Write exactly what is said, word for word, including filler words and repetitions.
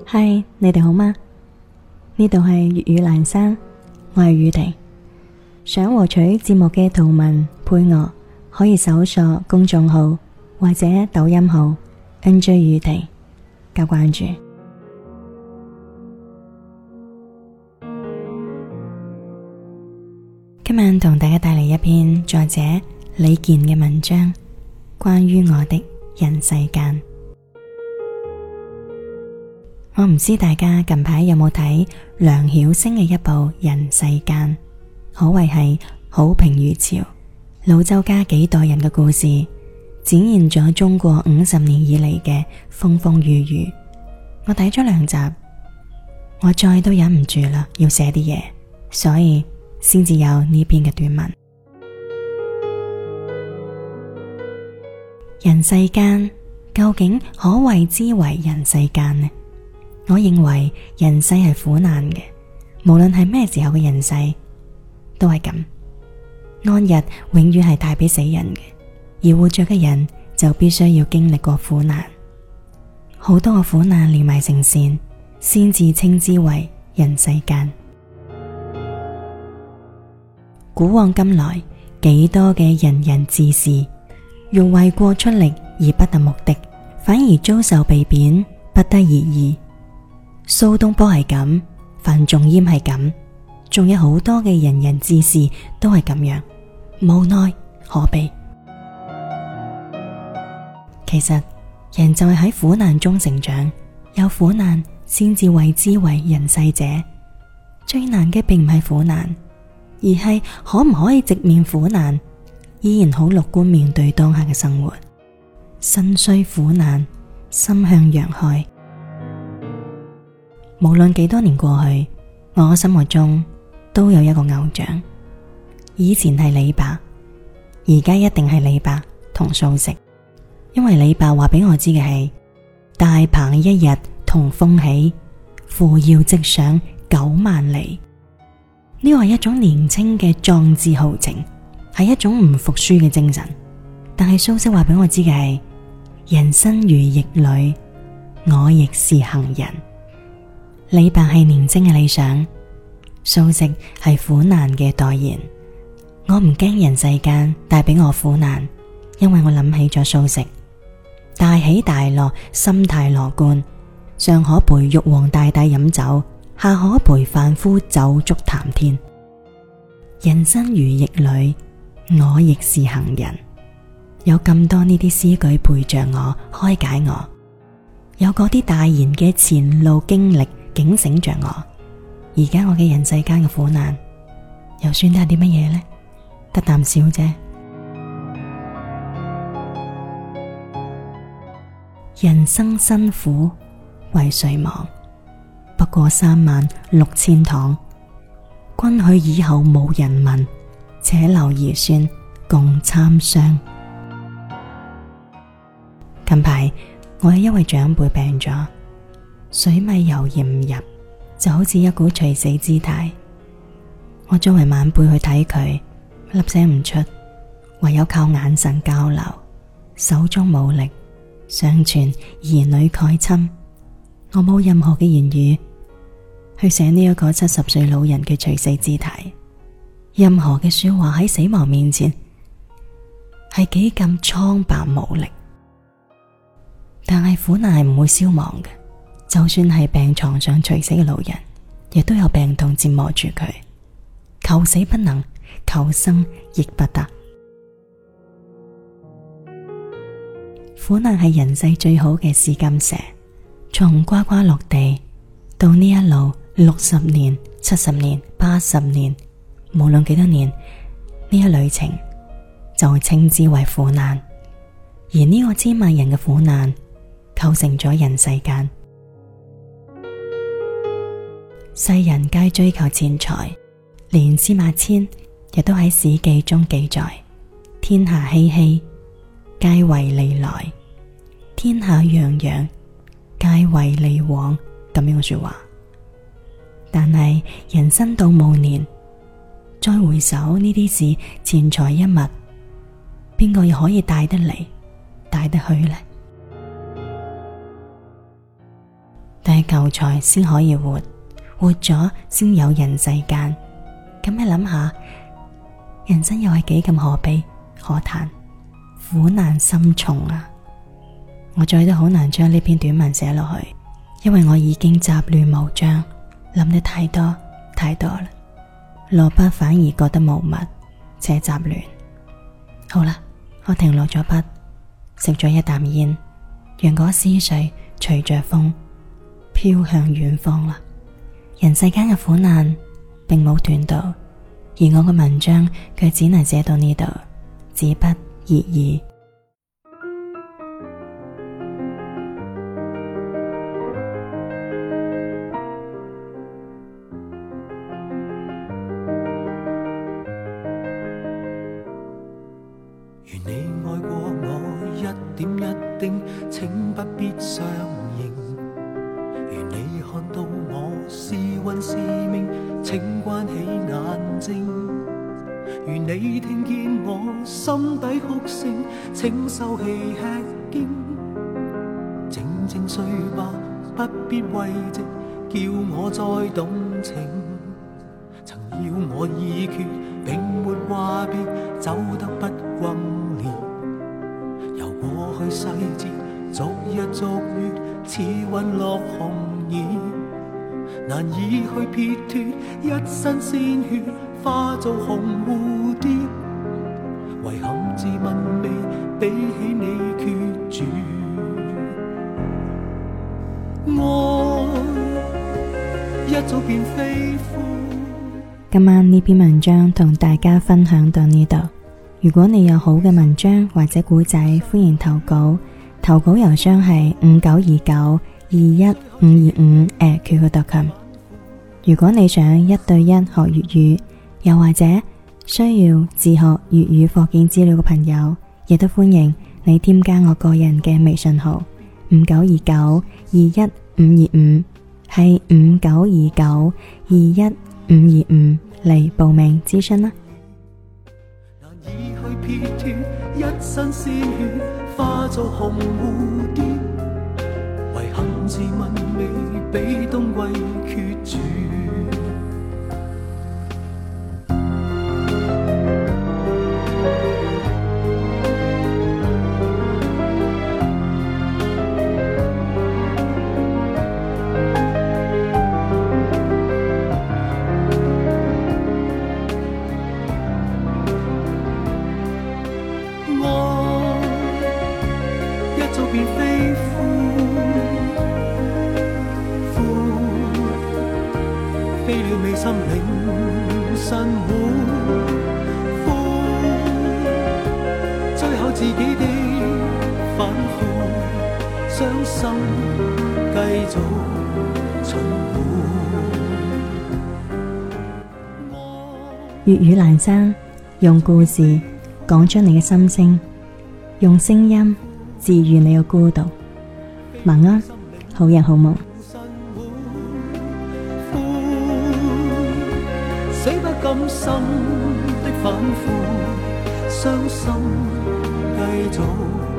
嗨，你哋好嗎？呢度係粵語蘭山，我係宇婷。想獲取節目嘅圖文配樂，可以搜索公眾號或者抖音號 N J 宇婷加關注。今晚同大家帶嚟一篇作者李健嘅文章，關於我的人世間。我唔知大家近排有冇睇梁曉聲嘅一部《人世間》，可謂係好評如潮。老周家幾代人嘅故事，展現咗中國五十年以嚟嘅風風雨雨。我睇咗兩集，我再都忍唔住啦，要寫啲嘢，所以先至有呢篇嘅短文。人世間究竟可謂之為人世間呢？我認為人世係苦難嘅，無論係咩時候嘅人世都係咁。安逸永遠係帶俾死人嘅，而活着嘅人就必須要經歷過苦難，好多個苦難連埋成線，先至稱之為人世間。古往今來，幾多嘅仁人志士，欲為國出力而不達目的，反而遭受被貶，不得而已。蘇東坡係咁，范仲淹係咁，仲有好多嘅仁人志士都係咁樣，無奈可悲。其實人就係喺苦難中成長，有苦難先至謂之為人世者。最難嘅並唔係苦難，而係可唔可以直面苦難，依然好樂觀面對當下嘅生活。身雖苦難，心向陽開。無論幾多年過去，我心目中都有一個偶像。以前係李白，而家一定係李白同蘇軾。因為李白話俾我知嘅係大鵬一日同風起，扶搖直上九萬里。呢個係一種年輕嘅壯志豪情，係一種唔服輸嘅精神。但係蘇軾話俾我知嘅係人生如逆旅，我亦是行人。李白係年輕嘅理想，蘇軾係苦難嘅代言。我唔驚人世間帶俾我苦難，因為我諗起咗蘇軾，大喜大樂，心態樂觀，上可陪玉皇大帝飲酒，下可陪凡夫酒足談天。人生如逆旅，我亦是行人。有咁多呢啲詩句陪着我，開解我，有嗰啲大言嘅前路經歷警醒着我。而家我嘅人世間嘅苦難又算得係啲乜嘢呢？得啖笑啫。人生辛苦為誰忙？不過三萬六千趟。君許以後無人問，且留兒孫共參商。近排我有一位長輩病咗，水米油鹽唔入，就好似一股垂死姿態。我作為晚輩去睇佢，粒聲唔出，唯有靠眼神交流，手中冇力，相傳兒女蓋親。我冇任何嘅言語去寫呢一個七十歲老人嘅垂死姿態，任何嘅說話喺死亡面前係幾咁蒼白無力。但係苦難係唔會消亡嘅，就算係病床上垂死嘅老人，亦都有病痛折磨住佢。求死不能，求生亦不得。苦難係人世最好嘅試金石，從呱呱落地到呢一路六十年、七十年、八十年，無論幾多年，呢一旅程就會稱之為苦難。而呢個千萬人嘅苦難構成咗人世間。世人皆追求錢財，連司馬遷亦都喺《史記》中記載：天下熙熙，皆為利來；天下攘攘，皆為利往。咁樣嘅說話。但係人生到暮年，再回首呢啲事，錢財一物，邊個又可以帶得嚟帶得去呢？大求財先可以活，活咗先有人世間。咁你諗下，人生又係幾咁可悲可嘆，苦難深重啊！我再都好難將呢篇短文寫落去，因為我已經雜亂無章，諗得太多太多啦。落筆反而覺得無物且雜亂。好啦，我停落咗筆，食咗一啖煙，讓嗰思緒隨着風飄向遠方啦。人世間嘅苦難並冇斷到，而我嘅文章卻只能寫到呢度，紙筆而已。 如你愛過我一點一滴，請不必相認。如你看到我是魂是命，請關起眼睛。如你聽見我心底哭聲，請收起吃驚。靜靜睡吧，不必慰藉，叫我再動情。曾要我已決，並沒話別，走得不轟烈。由過去細節，逐日逐月，似隕落紅葉，難以去撇脱，一身鮮血化做紅蝴蝶。遺憾自問未比起你決絕，愛一早便飛灰。 今晚呢篇文章同大家分享到呢度。如果你有好嘅文章或者古仔，歡迎投稿。投稿郵箱係五九二九二一五二五 at Q Q 點 com。如果你想一對一學粵語，又或者需要自學粵語課件資料嘅朋友，亦都歡迎你添加我個人嘅微信號五九二九二一五二五，係五九二九二一五二五嚟報名諮詢啦。 難以去撇脱，一身鮮血化做紅蝴蝶。遺憾自問未比冬季決絕。便飛灰，灰飛了未心領神會，灰最後自己的反悔，傷心繼續循環。 粵語闌珊，用故事講出你嘅心聲，用聲音治愈你嘅孤獨。晚安，好人好夢。 死不甘心的反悔，傷心繼續。